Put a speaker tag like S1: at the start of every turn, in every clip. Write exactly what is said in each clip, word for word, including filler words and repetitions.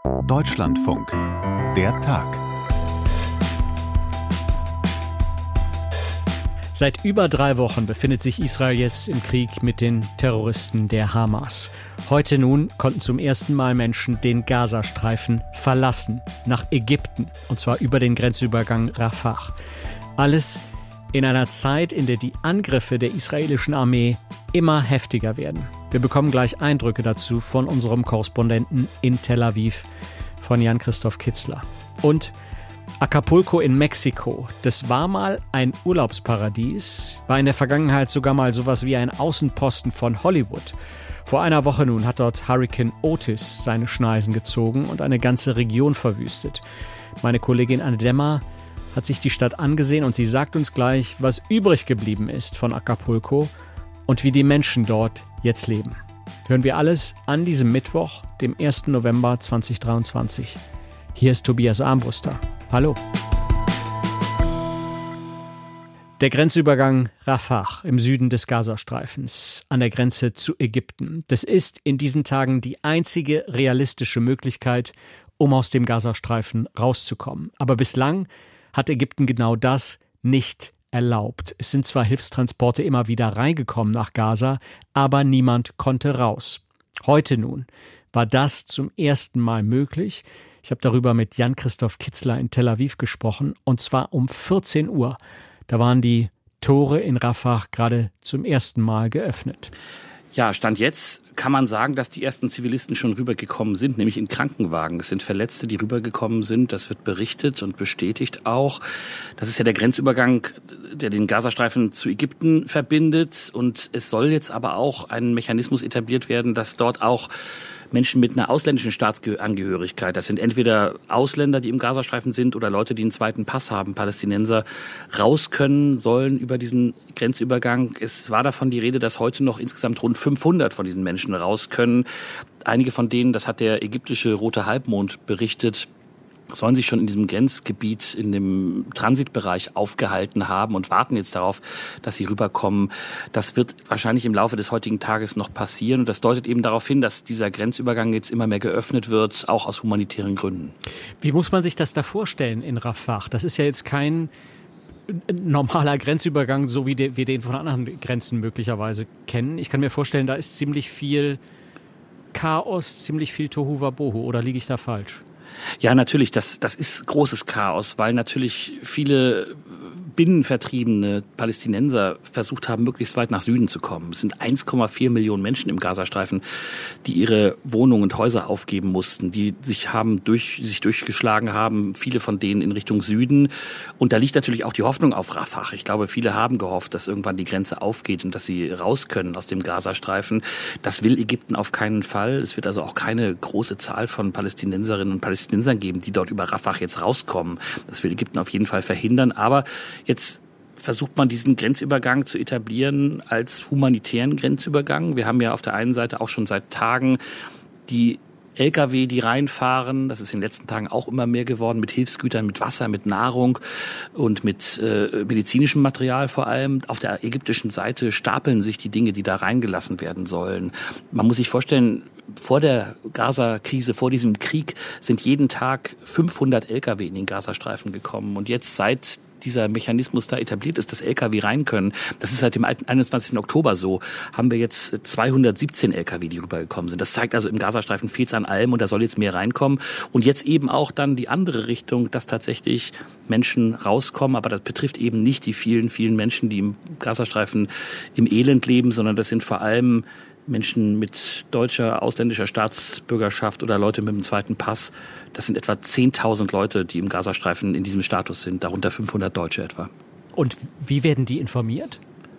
S1: Deutschlandfunk. Der Tag.
S2: Seit über drei Wochen befindet sich Israel jetzt im Krieg mit den Terroristen der Hamas. Heute nun konnten zum ersten Mal Menschen den Gazastreifen verlassen, nach Ägypten, und zwar über den Grenzübergang Rafah. Alles in einer Zeit, in der die Angriffe der israelischen Armee immer heftiger werden. Wir bekommen gleich Eindrücke dazu von unserem Korrespondenten in Tel Aviv, von Jan-Christoph Kitzler. Und Acapulco in Mexiko, das war mal ein Urlaubsparadies, war in der Vergangenheit sogar mal sowas wie ein Außenposten von Hollywood. Vor einer Woche nun hat dort Hurrikan Otis seine Schneisen gezogen und eine ganze Region verwüstet. Meine Kollegin Anne Demmer hat sich die Stadt angesehen und sie sagt uns gleich, was übrig geblieben ist von Acapulco und wie die Menschen dort jetzt leben. Hören wir alles an diesem Mittwoch, dem ersten November zweitausenddreiundzwanzig. Hier ist Tobias Armbruster. Hallo. Der Grenzübergang Rafah im Süden des Gazastreifens an der Grenze zu Ägypten. Das ist in diesen Tagen die einzige realistische Möglichkeit, um aus dem Gazastreifen rauszukommen. Aber bislang hat Ägypten genau das nicht erlaubt. Es sind zwar Hilfstransporte immer wieder reingekommen nach Gaza, aber niemand konnte raus. Heute nun war das zum ersten Mal möglich. Ich habe darüber mit Jan-Christoph Kitzler in Tel Aviv gesprochen, und zwar um vierzehn Uhr. Da waren die Tore in Rafah gerade zum ersten Mal geöffnet.
S3: Ja, Stand jetzt kann man sagen, dass die ersten Zivilisten schon rübergekommen sind, nämlich in Krankenwagen. Es sind Verletzte, die rübergekommen sind. Das wird berichtet und bestätigt auch. Das ist ja der Grenzübergang, der den Gazastreifen zu Ägypten verbindet. Und es soll jetzt aber auch ein Mechanismus etabliert werden, dass dort auch Menschen mit einer ausländischen Staatsangehörigkeit, das sind entweder Ausländer, die im Gazastreifen sind, oder Leute, die einen zweiten Pass haben, Palästinenser, raus können sollen über diesen Grenzübergang. Es war davon die Rede, dass heute noch insgesamt rund fünfhundert von diesen Menschen raus können. Einige von denen, das hat der ägyptische Rote Halbmond berichtet, sollen sich schon in diesem Grenzgebiet, in dem Transitbereich aufgehalten haben und warten jetzt darauf, dass sie rüberkommen. Das wird wahrscheinlich im Laufe des heutigen Tages noch passieren. Und das deutet eben darauf hin, dass dieser Grenzübergang jetzt immer mehr geöffnet wird, auch aus humanitären Gründen.
S2: Wie muss man sich das da vorstellen in Rafah? Das ist ja jetzt kein normaler Grenzübergang, so wie wir den von anderen Grenzen möglicherweise kennen. Ich kann mir vorstellen, da ist ziemlich viel Chaos, ziemlich viel Tohuwabohu. Oder liege ich da falsch?
S3: Ja, natürlich, das, das ist großes Chaos, weil natürlich viele binnenvertriebene Palästinenser versucht haben, möglichst weit nach Süden zu kommen. Es sind eins Komma vier Millionen Menschen im Gazastreifen, die ihre Wohnungen und Häuser aufgeben mussten, die sich haben durch, sich durchgeschlagen haben, viele von denen in Richtung Süden. Und da liegt natürlich auch die Hoffnung auf Rafah. Ich glaube, viele haben gehofft, dass irgendwann die Grenze aufgeht und dass sie raus können aus dem Gazastreifen. Das will Ägypten auf keinen Fall. Es wird also auch keine große Zahl von Palästinenserinnen und Palästinensern geben, die dort über Rafah jetzt rauskommen. Das will Ägypten auf jeden Fall verhindern. Aber jetzt versucht man, diesen Grenzübergang zu etablieren als humanitären Grenzübergang. Wir haben ja auf der einen Seite auch schon seit Tagen die L K W, die reinfahren. Das ist in den letzten Tagen auch immer mehr geworden, mit Hilfsgütern, mit Wasser, mit Nahrung und mit äh, medizinischem Material vor allem. Auf der ägyptischen Seite stapeln sich die Dinge, die da reingelassen werden sollen. Man muss sich vorstellen, vor der Gaza-Krise, vor diesem Krieg sind jeden Tag fünfhundert L K W in den Gazastreifen gekommen. Und jetzt, seit dieser Mechanismus da etabliert ist, dass L K W rein können, das ist seit dem einundzwanzigsten Oktober so, haben wir jetzt zweihundertsiebzehn L K W, die rübergekommen sind. Das zeigt also, im Gazastreifen fehlt es an allem und da soll jetzt mehr reinkommen. Und jetzt eben auch dann die andere Richtung, dass tatsächlich Menschen rauskommen, aber das betrifft eben nicht die vielen, vielen Menschen, die im Gazastreifen im Elend leben, sondern das sind vor allem Menschen mit deutscher, ausländischer Staatsbürgerschaft oder Leute mit dem zweiten Pass. Das sind etwa zehntausend Leute, die im Gazastreifen in diesem Status sind, darunter fünfhundert Deutsche etwa.
S2: Und wie werden die informiert?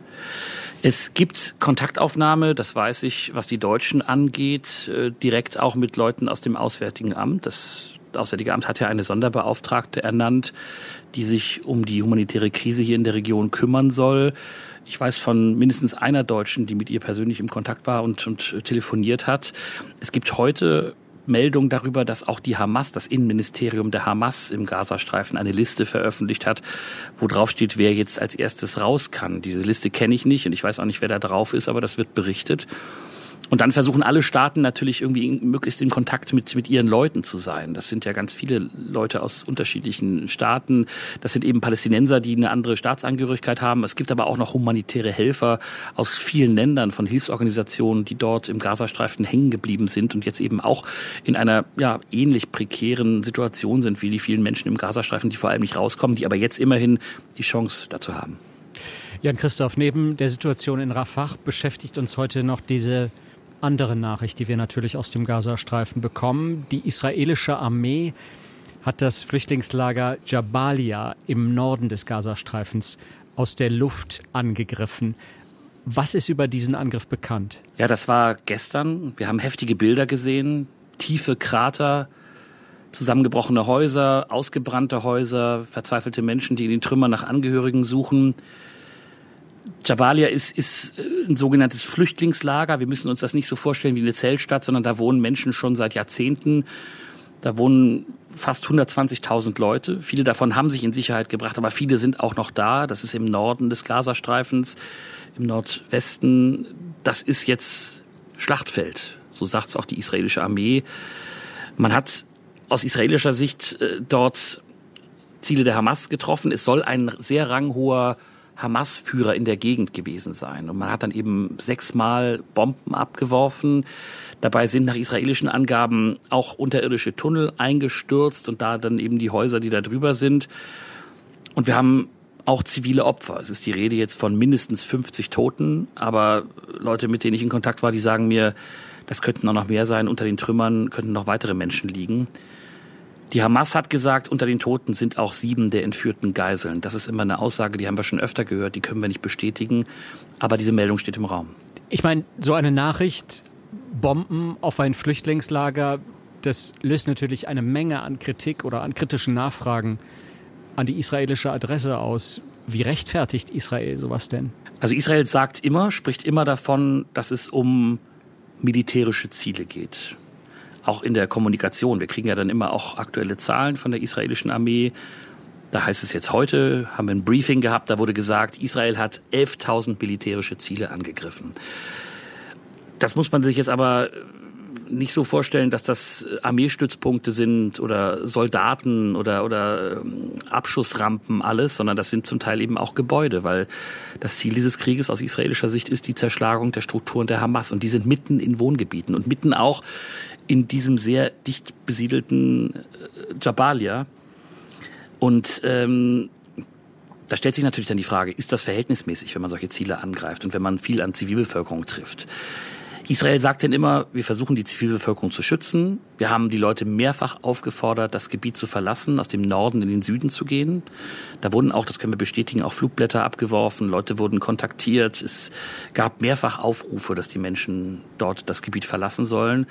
S3: Es gibt Kontaktaufnahme, das weiß ich, was die Deutschen angeht, direkt auch mit Leuten aus dem Auswärtigen Amt. Das Auswärtige Amt hat ja eine Sonderbeauftragte ernannt, die sich um die humanitäre Krise hier in der Region kümmern soll. Ich weiß von mindestens einer Deutschen, die mit ihr persönlich im Kontakt war und, und telefoniert hat. Es gibt heute Meldung darüber, dass auch die Hamas, das Innenministerium der Hamas im Gazastreifen, eine Liste veröffentlicht hat, wo drauf steht, wer jetzt als erstes raus kann. Diese Liste kenne ich nicht und ich weiß auch nicht, wer da drauf ist, aber das wird berichtet. Und dann versuchen alle Staaten natürlich irgendwie möglichst in Kontakt mit, mit ihren Leuten zu sein. Das sind ja ganz viele Leute aus unterschiedlichen Staaten. Das sind eben Palästinenser, die eine andere Staatsangehörigkeit haben. Es gibt aber auch noch humanitäre Helfer aus vielen Ländern, von Hilfsorganisationen, die dort im Gazastreifen hängen geblieben sind und jetzt eben auch in einer ja ähnlich prekären Situation sind wie die vielen Menschen im Gazastreifen, die vor allem nicht rauskommen, die aber jetzt immerhin die Chance dazu haben.
S2: Jan-Christoph, neben der Situation in Rafah beschäftigt uns heute noch diese andere Nachricht, die wir natürlich aus dem Gazastreifen bekommen. Die israelische Armee hat das Flüchtlingslager Jabalia im Norden des Gazastreifens aus der Luft angegriffen. Was ist über diesen Angriff bekannt?
S3: Ja, das war gestern. Wir haben heftige Bilder gesehen, tiefe Krater, zusammengebrochene Häuser, ausgebrannte Häuser, verzweifelte Menschen, die in den Trümmern nach Angehörigen suchen. Jabalia ist, ist ein sogenanntes Flüchtlingslager. Wir müssen uns das nicht so vorstellen wie eine Zeltstadt, sondern da wohnen Menschen schon seit Jahrzehnten. Da wohnen fast hundertzwanzigtausend Leute. Viele davon haben sich in Sicherheit gebracht, aber viele sind auch noch da. Das ist im Norden des Gazastreifens, im Nordwesten. Das ist jetzt Schlachtfeld. So sagt es auch die israelische Armee. Man hat aus israelischer Sicht äh, dort Ziele der Hamas getroffen. Es soll ein sehr ranghoher Hamas-Führer in der Gegend gewesen sein. Und man hat dann eben sechsmal Bomben abgeworfen. Dabei sind nach israelischen Angaben auch unterirdische Tunnel eingestürzt und da dann eben die Häuser, die da drüber sind. Und wir haben auch zivile Opfer. Es ist die Rede jetzt von mindestens fünfzig Toten. Aber Leute, mit denen ich in Kontakt war, die sagen mir, das könnten auch noch mehr sein. Unter den Trümmern könnten noch weitere Menschen liegen. Die Hamas hat gesagt, unter den Toten sind auch sieben der entführten Geiseln. Das ist immer eine Aussage, die haben wir schon öfter gehört, die können wir nicht bestätigen. Aber diese Meldung steht im Raum.
S2: Ich meine, so eine Nachricht, Bomben auf ein Flüchtlingslager, das löst natürlich eine Menge an Kritik oder an kritischen Nachfragen an die israelische Adresse aus. Wie rechtfertigt Israel sowas denn?
S3: Also Israel sagt immer, spricht immer davon, dass es um militärische Ziele geht. Auch in der Kommunikation. Wir kriegen ja dann immer auch aktuelle Zahlen von der israelischen Armee. Da heißt es jetzt heute, haben wir ein Briefing gehabt, da wurde gesagt, Israel hat elftausend militärische Ziele angegriffen. Das muss man sich jetzt aber nicht so vorstellen, dass das Armeestützpunkte sind oder Soldaten oder, oder Abschussrampen, alles, sondern das sind zum Teil eben auch Gebäude, weil das Ziel dieses Krieges aus israelischer Sicht ist die Zerschlagung der Strukturen der Hamas. Und die sind mitten in Wohngebieten und mitten auch in diesem sehr dicht besiedelten Jabalia. Und ähm, da stellt sich natürlich dann die Frage, ist das verhältnismäßig, wenn man solche Ziele angreift und wenn man viel an Zivilbevölkerung trifft? Israel sagt denn immer, wir versuchen die Zivilbevölkerung zu schützen. Wir haben die Leute mehrfach aufgefordert, das Gebiet zu verlassen, aus dem Norden in den Süden zu gehen. Da wurden auch, das können wir bestätigen, auch Flugblätter abgeworfen, Leute wurden kontaktiert. Es gab mehrfach Aufrufe, dass die Menschen dort das Gebiet verlassen sollen.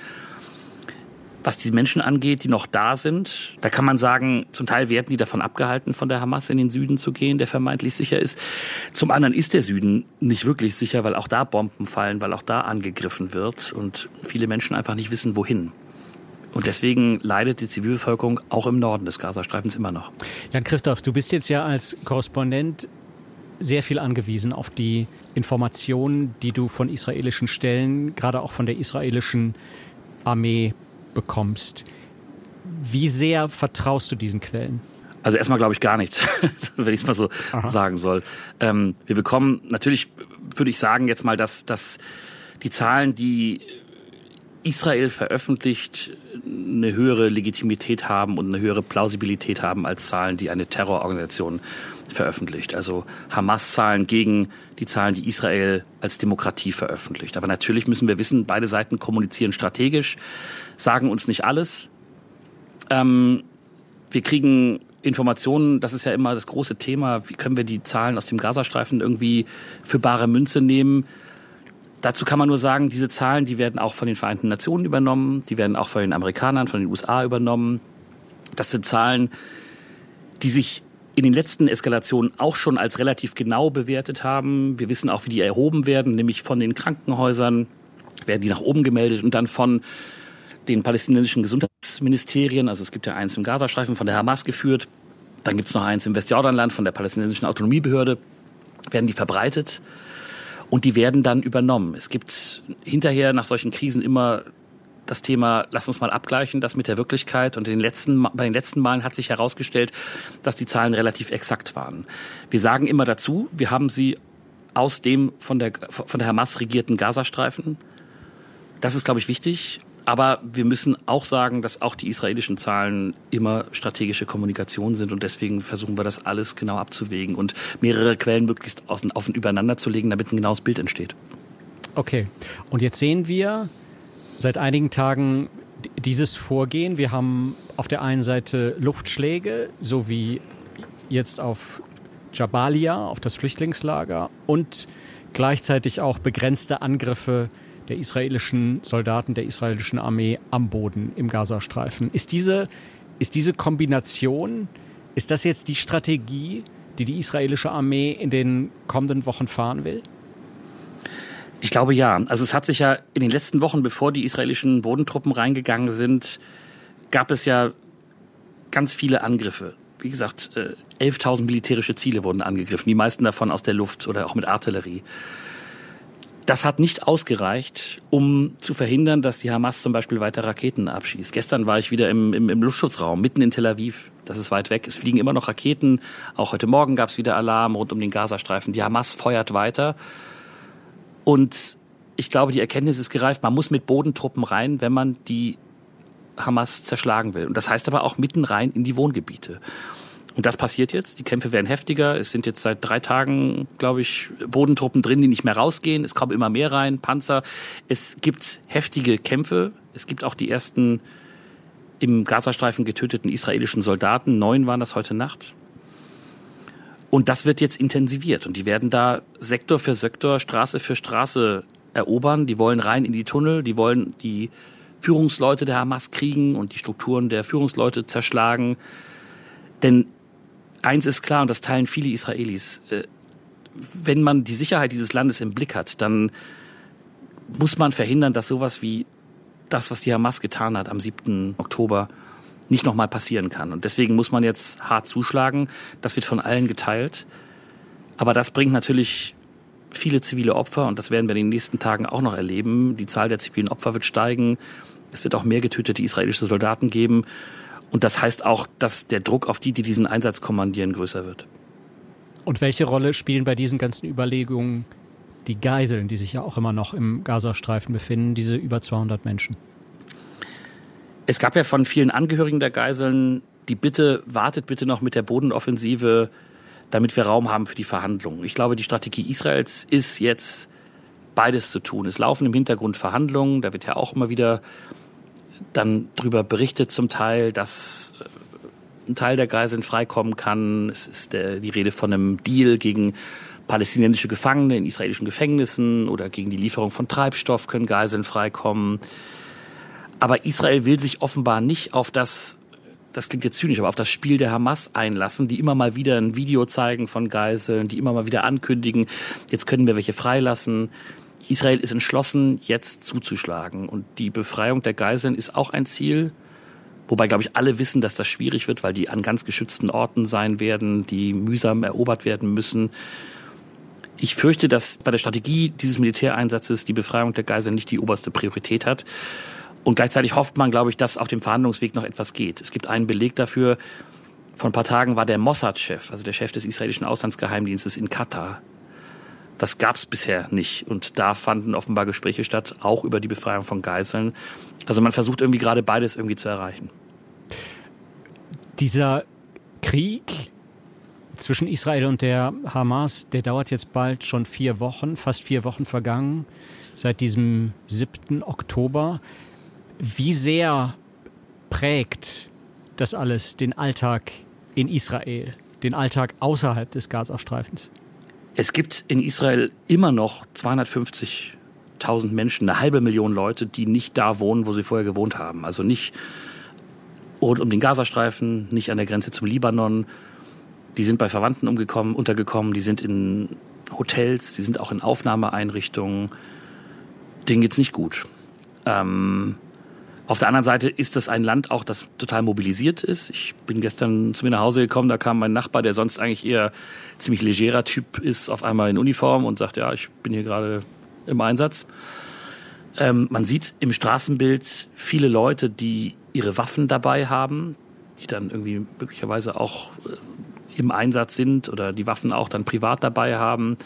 S3: Was die Menschen angeht, die noch da sind, da kann man sagen, zum Teil werden die davon abgehalten, von der Hamas in den Süden zu gehen, der vermeintlich sicher ist. Zum anderen ist der Süden nicht wirklich sicher, weil auch da Bomben fallen, weil auch da angegriffen wird und viele Menschen einfach nicht wissen, wohin. Und deswegen leidet die Zivilbevölkerung auch im Norden des Gazastreifens immer noch.
S2: Jan-Christoph, du bist jetzt ja als Korrespondent sehr viel angewiesen auf die Informationen, die du von israelischen Stellen, gerade auch von der israelischen Armee bekommst. Wie sehr vertraust du diesen Quellen?
S3: Also erstmal glaube ich gar nichts, wenn ich es mal so Aha. sagen soll. Ähm, wir bekommen, natürlich würde ich sagen jetzt mal, dass, dass die Zahlen, die Israel veröffentlicht, eine höhere Legitimität haben und eine höhere Plausibilität haben als Zahlen, die eine Terrororganisation veröffentlicht. Also Hamas-Zahlen gegen die Zahlen, die Israel als Demokratie veröffentlicht. Aber natürlich müssen wir wissen, beide Seiten kommunizieren strategisch, sagen uns nicht alles. Ähm, wir kriegen Informationen, das ist ja immer das große Thema, wie können wir die Zahlen aus dem Gazastreifen irgendwie für bare Münze nehmen. Dazu kann man nur sagen, diese Zahlen, die werden auch von den Vereinten Nationen übernommen, die werden auch von den Amerikanern, von den U S A übernommen. Das sind Zahlen, die sich in den letzten Eskalationen auch schon als relativ genau bewertet haben. Wir wissen auch, wie die erhoben werden, nämlich von den Krankenhäusern werden die nach oben gemeldet und dann von den palästinensischen Gesundheitsministerien. Also es gibt ja eins im Gazastreifen von der Hamas geführt, dann gibt es noch eins im Westjordanland von der palästinensischen Autonomiebehörde, werden die verbreitet. Und die werden dann übernommen. Es gibt hinterher nach solchen Krisen immer das Thema, lass uns mal abgleichen, das mit der Wirklichkeit. Und in den letzten, bei den letzten Malen hat sich herausgestellt, dass die Zahlen relativ exakt waren. Wir sagen immer dazu, wir haben sie aus dem von der, von der Hamas regierten Gazastreifen. Das ist, glaube ich, wichtig. Aber wir müssen auch sagen, dass auch die israelischen Zahlen immer strategische Kommunikation sind. Und deswegen versuchen wir das alles genau abzuwägen und mehrere Quellen möglichst außen, offen übereinander zu legen, damit ein genaues Bild entsteht.
S2: Okay. Und jetzt sehen wir seit einigen Tagen dieses Vorgehen. Wir haben auf der einen Seite Luftschläge, so wie jetzt auf Jabalia, auf das Flüchtlingslager, und gleichzeitig auch begrenzte Angriffe der israelischen Soldaten, der israelischen Armee am Boden im Gazastreifen. Ist diese, ist diese Kombination, ist das jetzt die Strategie, die die israelische Armee in den kommenden Wochen fahren will?
S3: Ich glaube ja. Also es hat sich ja in den letzten Wochen, bevor die israelischen Bodentruppen reingegangen sind, gab es ja ganz viele Angriffe. Wie gesagt, elftausend militärische Ziele wurden angegriffen, die meisten davon aus der Luft oder auch mit Artillerie. Das hat nicht ausgereicht, um zu verhindern, dass die Hamas zum Beispiel weiter Raketen abschießt. Gestern war ich wieder im, im, im Luftschutzraum, mitten in Tel Aviv. Das ist weit weg. Es fliegen immer noch Raketen. Auch heute Morgen gab es wieder Alarm rund um den Gazastreifen. Die Hamas feuert weiter. Und ich glaube, die Erkenntnis ist gereift, man muss mit Bodentruppen rein, wenn man die Hamas zerschlagen will. Und das heißt aber auch mitten rein in die Wohngebiete. Und das passiert jetzt. Die Kämpfe werden heftiger. Es sind jetzt seit drei Tagen, glaube ich, Bodentruppen drin, die nicht mehr rausgehen. Es kommen immer mehr rein, Panzer. Es gibt heftige Kämpfe. Es gibt auch die ersten im Gazastreifen getöteten israelischen Soldaten. Neun waren das heute Nacht. Und das wird jetzt intensiviert. Und die werden da Sektor für Sektor, Straße für Straße erobern. Die wollen rein in die Tunnel. Die wollen die Führungsleute der Hamas kriegen und die Strukturen der Führungsleute zerschlagen. Denn eins ist klar, und das teilen viele Israelis, wenn man die Sicherheit dieses Landes im Blick hat, dann muss man verhindern, dass sowas wie das, was die Hamas getan hat am siebten Oktober, nicht nochmal passieren kann. Und deswegen muss man jetzt hart zuschlagen. Das wird von allen geteilt. Aber das bringt natürlich viele zivile Opfer, und das werden wir in den nächsten Tagen auch noch erleben. Die Zahl der zivilen Opfer wird steigen. Es wird auch mehr getötete israelische Soldaten geben. Und das heißt auch, dass der Druck auf die, die diesen Einsatz kommandieren, größer wird.
S2: Und welche Rolle spielen bei diesen ganzen Überlegungen die Geiseln, die sich ja auch immer noch im Gazastreifen befinden, diese über zweihundert Menschen?
S3: Es gab ja von vielen Angehörigen der Geiseln die Bitte, wartet bitte noch mit der Bodenoffensive, damit wir Raum haben für die Verhandlungen. Ich glaube, die Strategie Israels ist jetzt, beides zu tun. Es laufen im Hintergrund Verhandlungen, da wird ja auch immer wieder dann darüber berichtet zum Teil, dass ein Teil der Geiseln freikommen kann. Es ist der, die Rede von einem Deal gegen palästinensische Gefangene in israelischen Gefängnissen oder gegen die Lieferung von Treibstoff können Geiseln freikommen. Aber Israel will sich offenbar nicht auf das, das klingt jetzt zynisch, aber auf das Spiel der Hamas einlassen, die immer mal wieder ein Video zeigen von Geiseln, die immer mal wieder ankündigen, jetzt können wir welche freilassen. Israel ist entschlossen, jetzt zuzuschlagen. Und die Befreiung der Geiseln ist auch ein Ziel. Wobei, glaube ich, alle wissen, dass das schwierig wird, weil die an ganz geschützten Orten sein werden, die mühsam erobert werden müssen. Ich fürchte, dass bei der Strategie dieses Militäreinsatzes die Befreiung der Geiseln nicht die oberste Priorität hat. Und gleichzeitig hofft man, glaube ich, dass auf dem Verhandlungsweg noch etwas geht. Es gibt einen Beleg dafür. Vor ein paar Tagen war der Mossad-Chef, also der Chef des israelischen Auslandsgeheimdienstes, in Katar. Das gab es bisher nicht. Und da fanden offenbar Gespräche statt, auch über die Befreiung von Geiseln. Also man versucht irgendwie gerade beides irgendwie zu erreichen.
S2: Dieser Krieg zwischen Israel und der Hamas, der dauert jetzt bald schon vier Wochen, fast vier Wochen vergangen, seit diesem siebten Oktober. Wie sehr prägt das alles den Alltag in Israel, den Alltag außerhalb des Gazastreifens?
S3: Es gibt in Israel immer noch zweihundertfünfzigtausend Menschen, eine halbe Million Leute, die nicht da wohnen, wo sie vorher gewohnt haben. Also nicht rund um den Gazastreifen, nicht an der Grenze zum Libanon. Die sind bei Verwandten umgekommen, untergekommen, die sind in Hotels, die sind auch in Aufnahmeeinrichtungen. Denen geht's nicht gut. Ähm, Auf der anderen Seite ist das ein Land auch, das total mobilisiert ist. Ich bin gestern zu mir nach Hause gekommen, da kam mein Nachbar, der sonst eigentlich eher ziemlich legerer Typ ist, auf einmal in Uniform und sagt, ja, ich bin hier gerade im Einsatz. Ähm, man sieht im Straßenbild viele Leute, die ihre Waffen dabei haben, die dann irgendwie möglicherweise auch äh, im Einsatz sind oder die Waffen auch dann privat dabei haben.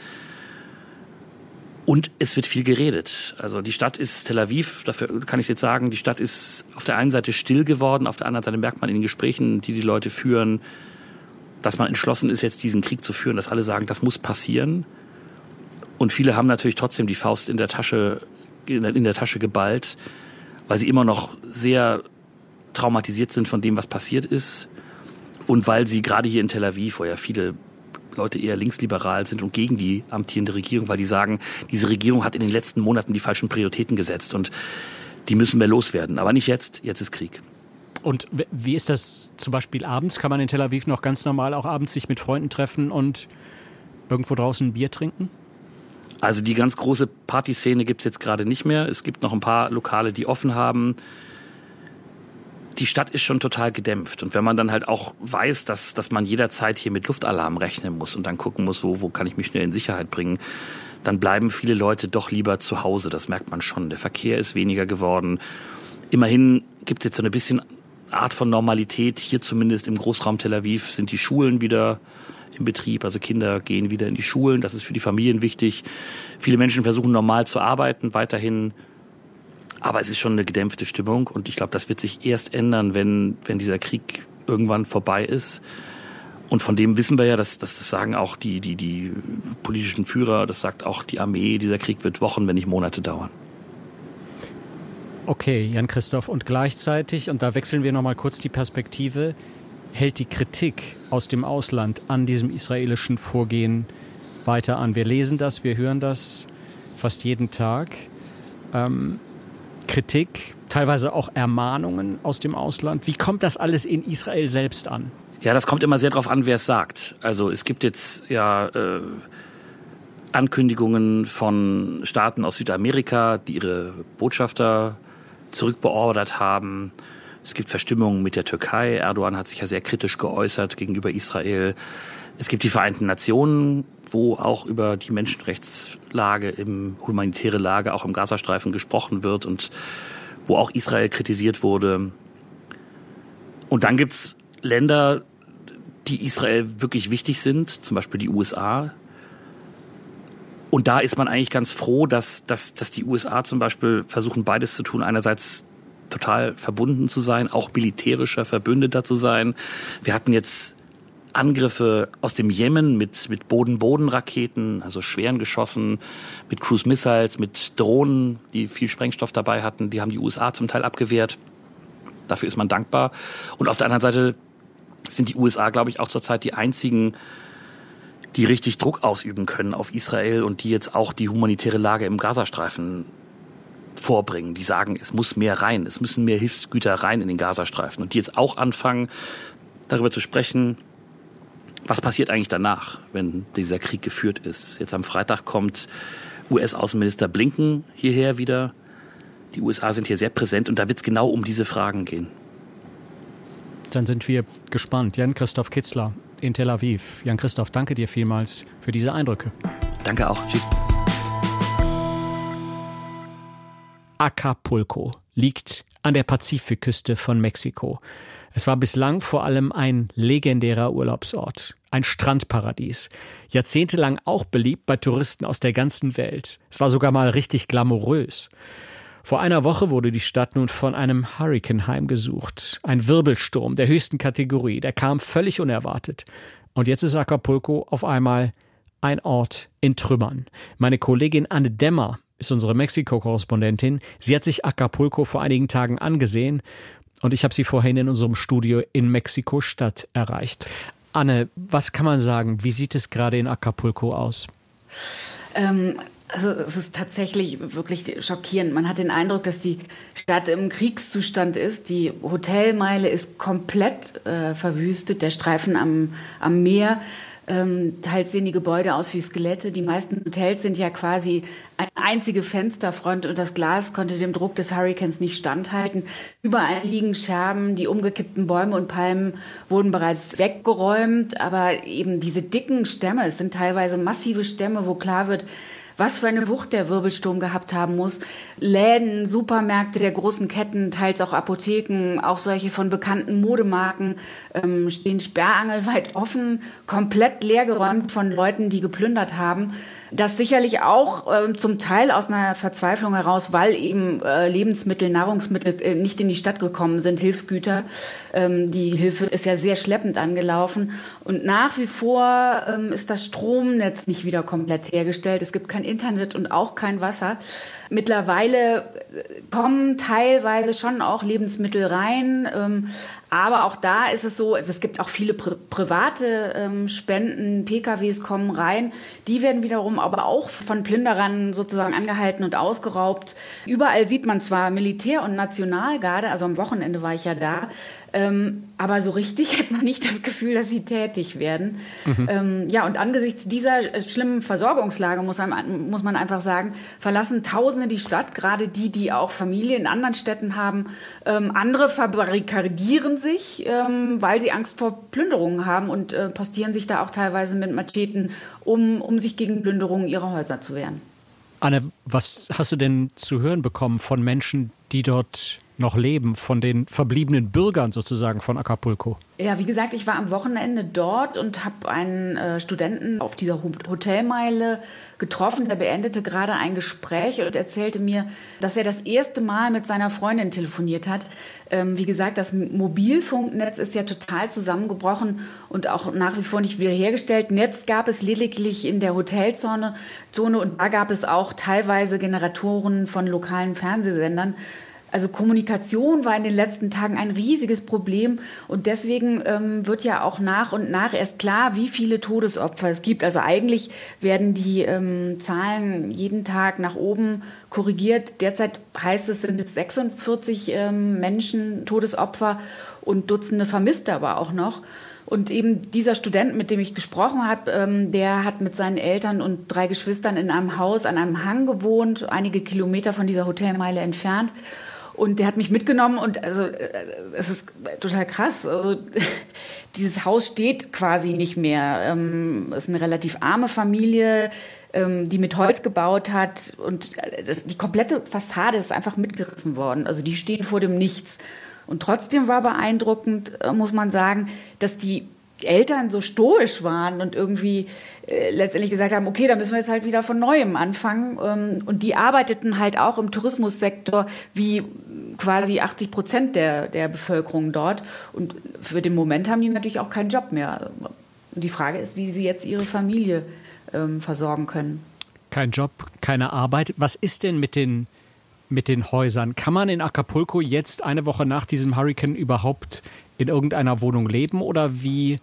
S3: Und es wird viel geredet. Also die Stadt ist Tel Aviv, dafür kann ich jetzt sagen, die Stadt ist auf der einen Seite still geworden, auf der anderen Seite merkt man in den Gesprächen, die die Leute führen, dass man entschlossen ist, jetzt diesen Krieg zu führen, dass alle sagen, das muss passieren. Und viele haben natürlich trotzdem die Faust in der Tasche, in der, in der Tasche geballt, weil sie immer noch sehr traumatisiert sind von dem, was passiert ist. Und weil sie gerade hier in Tel Aviv, wo ja viele Leute eher linksliberal sind und gegen die amtierende Regierung, weil die sagen, diese Regierung hat in den letzten Monaten die falschen Prioritäten gesetzt und die müssen wir loswerden. Aber nicht jetzt, jetzt ist Krieg.
S2: Und wie ist das zum Beispiel abends? Kann man in Tel Aviv noch ganz normal auch abends sich mit Freunden treffen und irgendwo draußen ein Bier trinken?
S3: Also die ganz große Partyszene gibt's jetzt gerade nicht mehr. Es gibt noch ein paar Lokale, die offen haben. Die Stadt ist schon total gedämpft. Und wenn man dann halt auch weiß, dass, dass man jederzeit hier mit Luftalarm rechnen muss und dann gucken muss, wo, wo kann ich mich schnell in Sicherheit bringen, dann bleiben viele Leute doch lieber zu Hause. Das merkt man schon. Der Verkehr ist weniger geworden. Immerhin gibt es jetzt so eine bisschen Art von Normalität. Hier zumindest im Großraum Tel Aviv sind die Schulen wieder im Betrieb. Also Kinder gehen wieder in die Schulen. Das ist für die Familien wichtig. Viele Menschen versuchen normal zu arbeiten, weiterhin. Aber es ist schon eine gedämpfte Stimmung und ich glaube, das wird sich erst ändern, wenn, wenn dieser Krieg irgendwann vorbei ist. Und von dem wissen wir ja, dass, dass das sagen auch die, die, die politischen Führer, das sagt auch die Armee, dieser Krieg wird Wochen, wenn nicht Monate dauern.
S2: Okay, Jan-Christoph, und gleichzeitig, und da wechseln wir nochmal kurz die Perspektive, hält die Kritik aus dem Ausland an diesem israelischen Vorgehen weiter an. Wir lesen das, wir hören das fast jeden Tag. Ähm, Kritik, teilweise auch Ermahnungen aus dem Ausland. Wie kommt das alles in Israel selbst an?
S3: Ja, das kommt immer sehr darauf an, wer es sagt. Also es gibt jetzt ja äh, Ankündigungen von Staaten aus Südamerika, die ihre Botschafter zurückbeordert haben. Es gibt Verstimmungen mit der Türkei. Erdogan hat sich ja sehr kritisch geäußert gegenüber Israel. Es gibt die Vereinten Nationen, wo auch über die Menschenrechtslage, im humanitäre Lage auch im Gazastreifen gesprochen wird und wo auch Israel kritisiert wurde. Und dann gibt's Länder, die Israel wirklich wichtig sind, zum Beispiel die U S A. Und da ist man eigentlich ganz froh, dass, dass, dass die U S A zum Beispiel versuchen, beides zu tun. Einerseits total verbunden zu sein, auch militärischer Verbündeter zu sein. Wir hatten jetzt Angriffe aus dem Jemen mit, mit Boden-Boden-Raketen, also schweren Geschossen, mit Cruise-Missiles, mit Drohnen, die viel Sprengstoff dabei hatten. Die haben die U S A zum Teil abgewehrt. Dafür ist man dankbar. Und auf der anderen Seite sind die U S A, glaube ich, auch zurzeit die einzigen, die richtig Druck ausüben können auf Israel und die jetzt auch die humanitäre Lage im Gazastreifen vorbringen. Die sagen, es muss mehr rein, es müssen mehr Hilfsgüter rein in den Gazastreifen. Und die jetzt auch anfangen, darüber zu sprechen, was passiert eigentlich danach, wenn dieser Krieg geführt ist. Jetzt am Freitag kommt U S-Außenminister Blinken hierher wieder. Die U S A sind hier sehr präsent und da wird es genau um diese Fragen gehen.
S2: Dann sind wir gespannt. Jan-Christoph Kitzler in Tel Aviv. Jan-Christoph, danke dir vielmals für diese Eindrücke.
S3: Danke auch. Tschüss.
S2: Acapulco liegt an der Pazifikküste von Mexiko. Es war bislang vor allem ein legendärer Urlaubsort, ein Strandparadies. Jahrzehntelang auch beliebt bei Touristen aus der ganzen Welt. Es war sogar mal richtig glamourös. Vor einer Woche wurde die Stadt nun von einem Hurrikan heimgesucht. Ein Wirbelsturm der höchsten Kategorie, der kam völlig unerwartet. Und jetzt ist Acapulco auf einmal ein Ort in Trümmern. Meine Kollegin Anne Dämmer ist unsere Mexiko-Korrespondentin. Sie hat sich Acapulco vor einigen Tagen angesehen und ich habe sie vorhin in unserem Studio in Mexiko-Stadt erreicht. Anne, was kann man sagen? Wie sieht es gerade in Acapulco aus?
S1: Ähm, also es ist tatsächlich wirklich schockierend. Man hat den Eindruck, dass die Stadt im Kriegszustand ist. Die Hotelmeile ist komplett äh, verwüstet. Der Streifen am, am Meer Ähm, teils sehen die Gebäude aus wie Skelette. Die meisten Hotels sind ja quasi eine einzige Fensterfront und das Glas konnte dem Druck des Hurrikans nicht standhalten. Überall liegen Scherben, die umgekippten Bäume und Palmen wurden bereits weggeräumt, aber eben diese dicken Stämme, es sind teilweise massive Stämme, wo klar wird, was für eine Wucht der Wirbelsturm gehabt haben muss. Läden, Supermärkte der großen Ketten, teils auch Apotheken, auch solche von bekannten Modemarken ähm, stehen sperrangelweit offen, komplett leergeräumt von Leuten, die geplündert haben. Das sicherlich auch äh, zum Teil aus einer Verzweiflung heraus, weil eben äh, Lebensmittel, Nahrungsmittel äh, nicht in die Stadt gekommen sind, Hilfsgüter. Ähm, die Hilfe ist ja sehr schleppend angelaufen. Und nach wie vor ähm, ist das Stromnetz nicht wieder komplett hergestellt. Es gibt kein Internet und auch kein Wasser. Mittlerweile kommen teilweise schon auch Lebensmittel rein, ähm, aber auch da ist es so, also es gibt auch viele pri- private ähm, Spenden, P K Ws kommen rein, die werden wiederum aber auch von Plünderern sozusagen angehalten und ausgeraubt. Überall sieht man zwar Militär und Nationalgarde, also am Wochenende war ich ja da, Ähm, aber so richtig hat man nicht das Gefühl, dass sie tätig werden. Mhm. Ähm, ja, und angesichts dieser äh, schlimmen Versorgungslage muss, einem, muss man einfach sagen, verlassen Tausende die Stadt, gerade die, die auch Familien in anderen Städten haben. Ähm, andere verbarrikadieren sich, ähm, weil sie Angst vor Plünderungen haben und äh, postieren sich da auch teilweise mit Macheten, um, um sich gegen Plünderungen ihrer Häuser zu wehren.
S2: Anne, was hast du denn zu hören bekommen von Menschen, die dort noch leben, von den verbliebenen Bürgern sozusagen von Acapulco?
S1: Ja, wie gesagt, ich war am Wochenende dort und habe einen äh, Studenten auf dieser Hotelmeile getroffen. Der beendete gerade ein Gespräch und erzählte mir, dass er das erste Mal mit seiner Freundin telefoniert hat. Ähm, wie gesagt, das Mobilfunknetz ist ja total zusammengebrochen und auch nach wie vor nicht wiederhergestellt. Netz gab es lediglich in der Hotelzone Zone und da gab es auch teilweise Generatoren von lokalen Fernsehsendern. Also Kommunikation war in den letzten Tagen ein riesiges Problem und deswegen ähm, wird ja auch nach und nach erst klar, wie viele Todesopfer es gibt. Also eigentlich werden die ähm, Zahlen jeden Tag nach oben korrigiert. Derzeit heißt es, sind es sechsundvierzig ähm, Menschen Todesopfer und Dutzende Vermisste aber auch noch. Und eben dieser Student, mit dem ich gesprochen habe, ähm, der hat mit seinen Eltern und drei Geschwistern in einem Haus an einem Hang gewohnt, einige Kilometer von dieser Hotelmeile entfernt. Und der hat mich mitgenommen und also es ist total krass. Also dieses Haus steht quasi nicht mehr. Ähm, es ist eine relativ arme Familie, ähm, die mit Holz gebaut hat und das, die komplette Fassade ist einfach mitgerissen worden. Also die stehen vor dem Nichts. Und trotzdem war beeindruckend, muss man sagen, dass die Eltern so stoisch waren und irgendwie äh, letztendlich gesagt haben, okay, da müssen wir jetzt halt wieder von Neuem anfangen. Ähm, und die arbeiteten halt auch im Tourismussektor wie quasi achtzig Prozent der, der Bevölkerung dort. Und für den Moment haben die natürlich auch keinen Job mehr. Und die Frage ist, wie sie jetzt ihre Familie ähm, versorgen können.
S2: Kein Job, keine Arbeit. Was ist denn mit den, mit den Häusern? Kann man in Acapulco jetzt eine Woche nach diesem Hurrikan überhaupt in irgendeiner Wohnung leben oder wie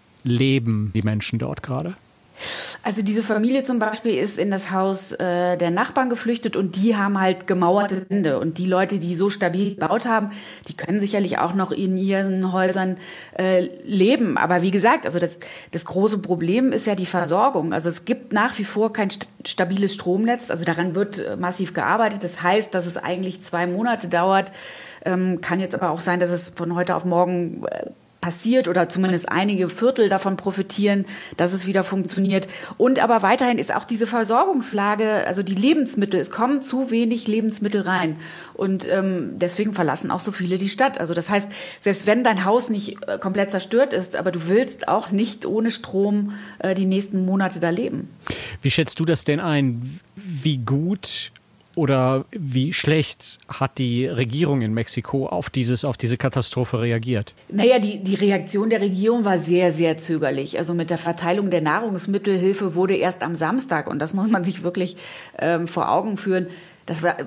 S2: leben die Menschen dort gerade?
S1: Also diese Familie zum Beispiel ist in das Haus äh, der Nachbarn geflüchtet und die haben halt gemauerte Wände. Und die Leute, die so stabil gebaut haben, die können sicherlich auch noch in ihren Häusern äh, leben. Aber wie gesagt, also das, das große Problem ist ja die Versorgung. Also es gibt nach wie vor kein st- stabiles Stromnetz. Also daran wird äh, massiv gearbeitet. Das heißt, dass es eigentlich zwei Monate dauert. Ähm, kann jetzt aber auch sein, dass es von heute auf morgen äh, passiert oder zumindest einige Viertel davon profitieren, dass es wieder funktioniert. Und aber weiterhin ist auch diese Versorgungslage, also die Lebensmittel, es kommen zu wenig Lebensmittel rein. Und ähm, deswegen verlassen auch so viele die Stadt. Also das heißt, selbst wenn dein Haus nicht äh, komplett zerstört ist, aber du willst auch nicht ohne Strom äh, die nächsten Monate da leben.
S2: Wie schätzt du das denn ein? Wie gut oder wie schlecht hat die Regierung in Mexiko auf dieses, auf diese Katastrophe reagiert?
S1: Naja, die, die Reaktion der Regierung war sehr, sehr zögerlich. Also mit der Verteilung der Nahrungsmittelhilfe wurde erst am Samstag, und das muss man sich wirklich ähm, vor Augen führen, das war,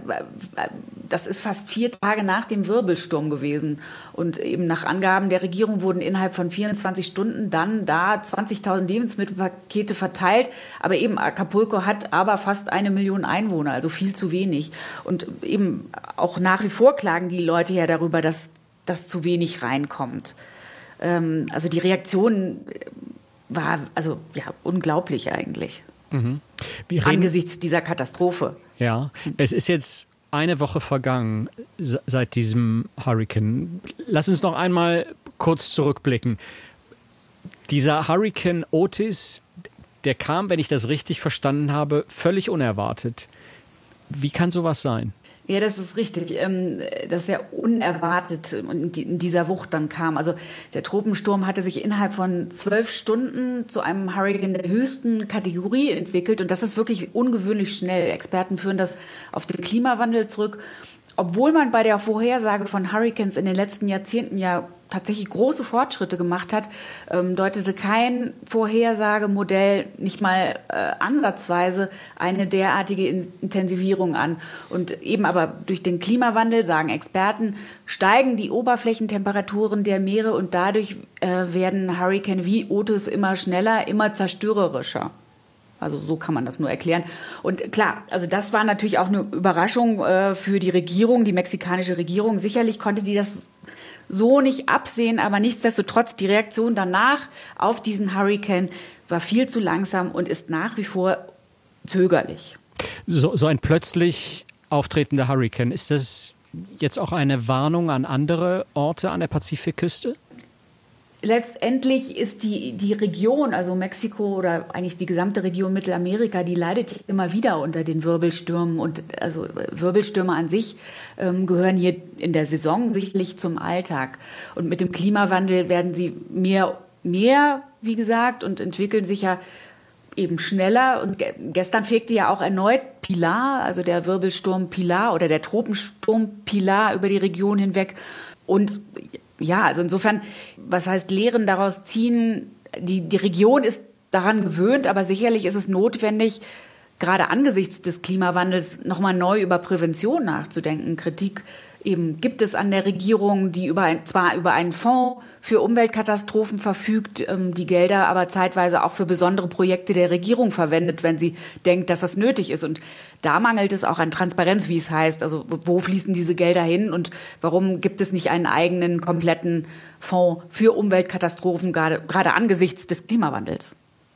S1: das ist fast vier Tage nach dem Wirbelsturm gewesen. Und eben nach Angaben der Regierung wurden innerhalb von vierundzwanzig Stunden dann da zwanzigtausend Lebensmittelpakete verteilt. Aber eben Acapulco hat aber fast eine Million Einwohner, also viel zu wenig. Und eben auch nach wie vor klagen die Leute ja darüber, dass das zu wenig reinkommt. Ähm, also die Reaktion war also ja unglaublich eigentlich.
S2: Mhm. Wir
S1: reden, angesichts dieser Katastrophe.
S2: Ja, es ist jetzt eine Woche vergangen seit diesem Hurrikan. Lass uns noch einmal kurz zurückblicken. Dieser Hurrikan Otis, der kam, wenn ich das richtig verstanden habe, völlig unerwartet. Wie kann sowas sein?
S1: Ja, das ist richtig, ähm, dass er unerwartet in dieser Wucht dann kam. Also der Tropensturm hatte sich innerhalb von zwölf Stunden zu einem Hurrikan der höchsten Kategorie entwickelt. Und das ist wirklich ungewöhnlich schnell. Experten führen das auf den Klimawandel zurück. Obwohl man bei der Vorhersage von Hurrikans in den letzten Jahrzehnten ja tatsächlich große Fortschritte gemacht hat, ähm, deutete kein Vorhersagemodell nicht mal äh, ansatzweise eine derartige Intensivierung an. Und eben aber durch den Klimawandel, sagen Experten, steigen die Oberflächentemperaturen der Meere und dadurch äh, werden Hurrikan wie Otis immer schneller, immer zerstörerischer. Also so kann man das nur erklären. Und klar, also das war natürlich auch eine Überraschung äh, für die Regierung, die mexikanische Regierung. Sicherlich konnte die das so nicht absehen, aber nichtsdestotrotz die Reaktion danach auf diesen Hurrikan war viel zu langsam und ist nach wie vor zögerlich.
S2: So, so ein plötzlich auftretender Hurrikan, ist das jetzt auch eine Warnung an andere Orte an der Pazifikküste?
S1: Letztendlich ist die, die Region, also Mexiko oder eigentlich die gesamte Region Mittelamerika, die leidet immer wieder unter den Wirbelstürmen. Und also Wirbelstürme an sich ähm, gehören hier in der Saison sicherlich zum Alltag. Und mit dem Klimawandel werden sie mehr, mehr, wie gesagt, und entwickeln sich ja eben schneller. Und ge- gestern fegte ja auch erneut Pilar, also der Wirbelsturm Pilar oder der Tropensturm Pilar über die Region hinweg. Und ja, also insofern, was heißt Lehren daraus ziehen? Die, die Region ist daran gewöhnt, aber sicherlich ist es notwendig, gerade angesichts des Klimawandels nochmal neu über Prävention nachzudenken. Kritik eben gibt es an der Regierung, die über ein, zwar über einen Fonds für Umweltkatastrophen verfügt, ähm, die Gelder aber zeitweise auch für besondere Projekte der Regierung verwendet, wenn sie denkt, dass das nötig ist. Und da mangelt es auch an Transparenz, wie es heißt. Also wo fließen diese Gelder hin und warum gibt es nicht einen eigenen, kompletten Fonds für Umweltkatastrophen, gerade, gerade angesichts des Klimawandels?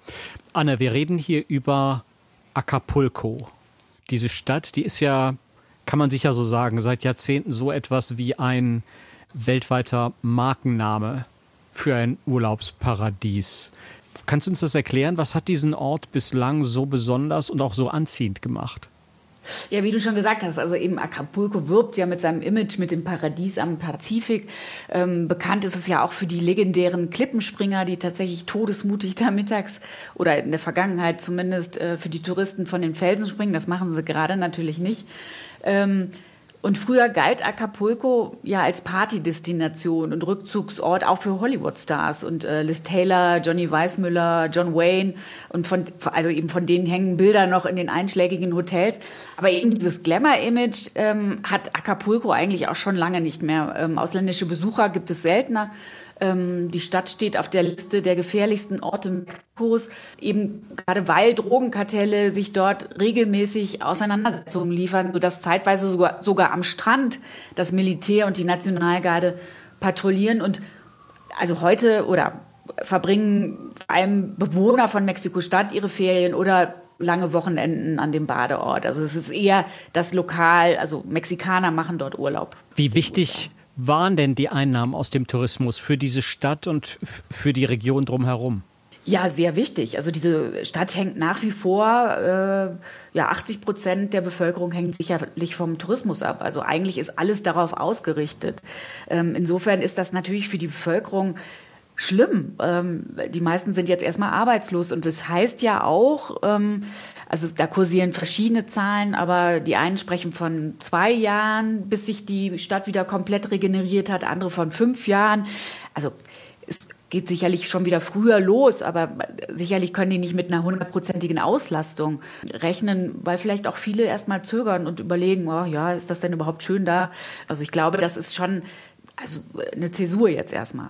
S2: Anne, wir reden hier über Acapulco. Diese Stadt, die ist ja, kann man sicher so sagen, seit Jahrzehnten so etwas wie ein weltweiter Markenname für ein Urlaubsparadies. Kannst du uns das erklären? Was hat diesen Ort bislang so besonders und auch so anziehend gemacht?
S1: Ja, wie du schon gesagt hast, also eben Acapulco wirbt ja mit seinem Image, mit dem Paradies am Pazifik. Ähm, bekannt ist es ja auch für die legendären Klippenspringer, die tatsächlich todesmutig da mittags oder in der Vergangenheit zumindest äh, für die Touristen von den Felsen springen. Das machen sie gerade natürlich nicht. Ähm, Und früher galt Acapulco ja als Partydestination und Rückzugsort auch für Hollywood-Stars und äh, Liz Taylor, Johnny Weissmuller, John Wayne und von also eben von denen hängen Bilder noch in den einschlägigen Hotels. Aber eben dieses Glamour-Image ähm, hat Acapulco eigentlich auch schon lange nicht mehr. Ähm, ausländische Besucher gibt es seltener. Ähm, die Stadt steht auf der Liste der gefährlichsten Orte Mexikos, eben gerade weil Drogenkartelle sich dort regelmäßig Auseinandersetzungen liefern, sodass zeitweise sogar, sogar am Strand das Militär und die Nationalgarde patrouillieren. Und also heute oder verbringen vor allem Bewohner von Mexiko-Stadt ihre Ferien oder lange Wochenenden an dem Badeort. Also es ist eher das Lokal, also Mexikaner machen dort Urlaub.
S2: Wie wichtig waren denn die Einnahmen aus dem Tourismus für diese Stadt und für die Region drumherum?
S1: Ja, sehr wichtig. Also diese Stadt hängt nach wie vor, äh, ja, achtzig Prozent der Bevölkerung hängt sicherlich vom Tourismus ab. Also eigentlich ist alles darauf ausgerichtet. Ähm, insofern ist das natürlich für die Bevölkerung schlimm. Ähm, die meisten sind jetzt erstmal arbeitslos und das heißt ja auch, ähm, also da kursieren verschiedene Zahlen, aber die einen sprechen von zwei Jahren, bis sich die Stadt wieder komplett regeneriert hat, andere von fünf Jahren. Also es geht sicherlich schon wieder früher los, aber sicherlich können die nicht mit einer hundertprozentigen Auslastung rechnen, weil vielleicht auch viele erstmal zögern und überlegen, oh ja, ist das denn überhaupt schön da? Also ich glaube, das ist schon also eine Zäsur jetzt erstmal.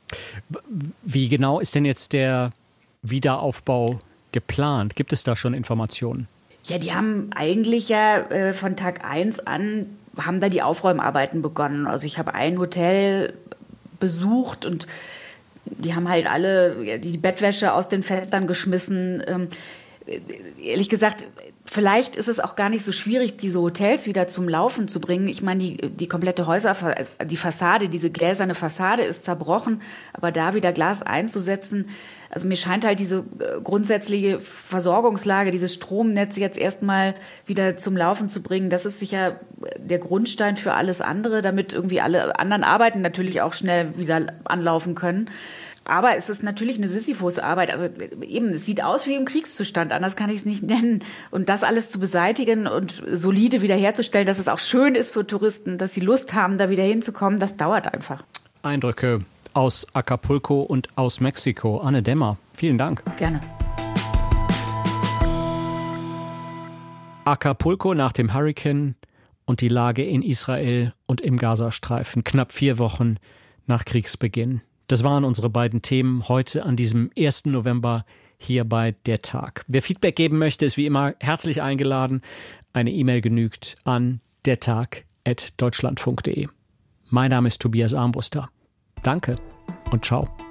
S2: Wie genau ist denn jetzt der Wiederaufbau geplant? Gibt es da schon Informationen?
S1: Ja, die haben eigentlich ja äh, von Tag eins an, haben da die Aufräumarbeiten begonnen. Also ich habe ein Hotel besucht und Die haben halt alle die Bettwäsche aus den Fenstern geschmissen. Ähm, ehrlich gesagt, vielleicht ist es auch gar nicht so schwierig, diese Hotels wieder zum Laufen zu bringen. Ich meine, die, die komplette Häuser, die Fassade, diese gläserne Fassade ist zerbrochen, aber da wieder Glas einzusetzen, also mir scheint halt diese grundsätzliche Versorgungslage, dieses Stromnetz jetzt erstmal wieder zum Laufen zu bringen, das ist sicher der Grundstein für alles andere, damit irgendwie alle anderen Arbeiten natürlich auch schnell wieder anlaufen können. Aber es ist natürlich eine Sisyphus-Arbeit. Also eben, es sieht aus wie im Kriegszustand, anders kann ich es nicht nennen. Und das alles zu beseitigen und solide wiederherzustellen, dass es auch schön ist für Touristen, dass sie Lust haben, da wieder hinzukommen, das dauert einfach.
S2: Eindrücke aus Acapulco und aus Mexiko. Anne Demmer, vielen Dank.
S1: Gerne.
S2: Acapulco nach dem Hurrikan und die Lage in Israel und im Gazastreifen, knapp vier Wochen nach Kriegsbeginn. Das waren unsere beiden Themen heute an diesem ersten November hier bei Der Tag. Wer Feedback geben möchte, ist wie immer herzlich eingeladen. Eine E-Mail genügt an dertag at deutschlandfunk punkt de. Mein Name ist Tobias Armbruster. Danke und ciao.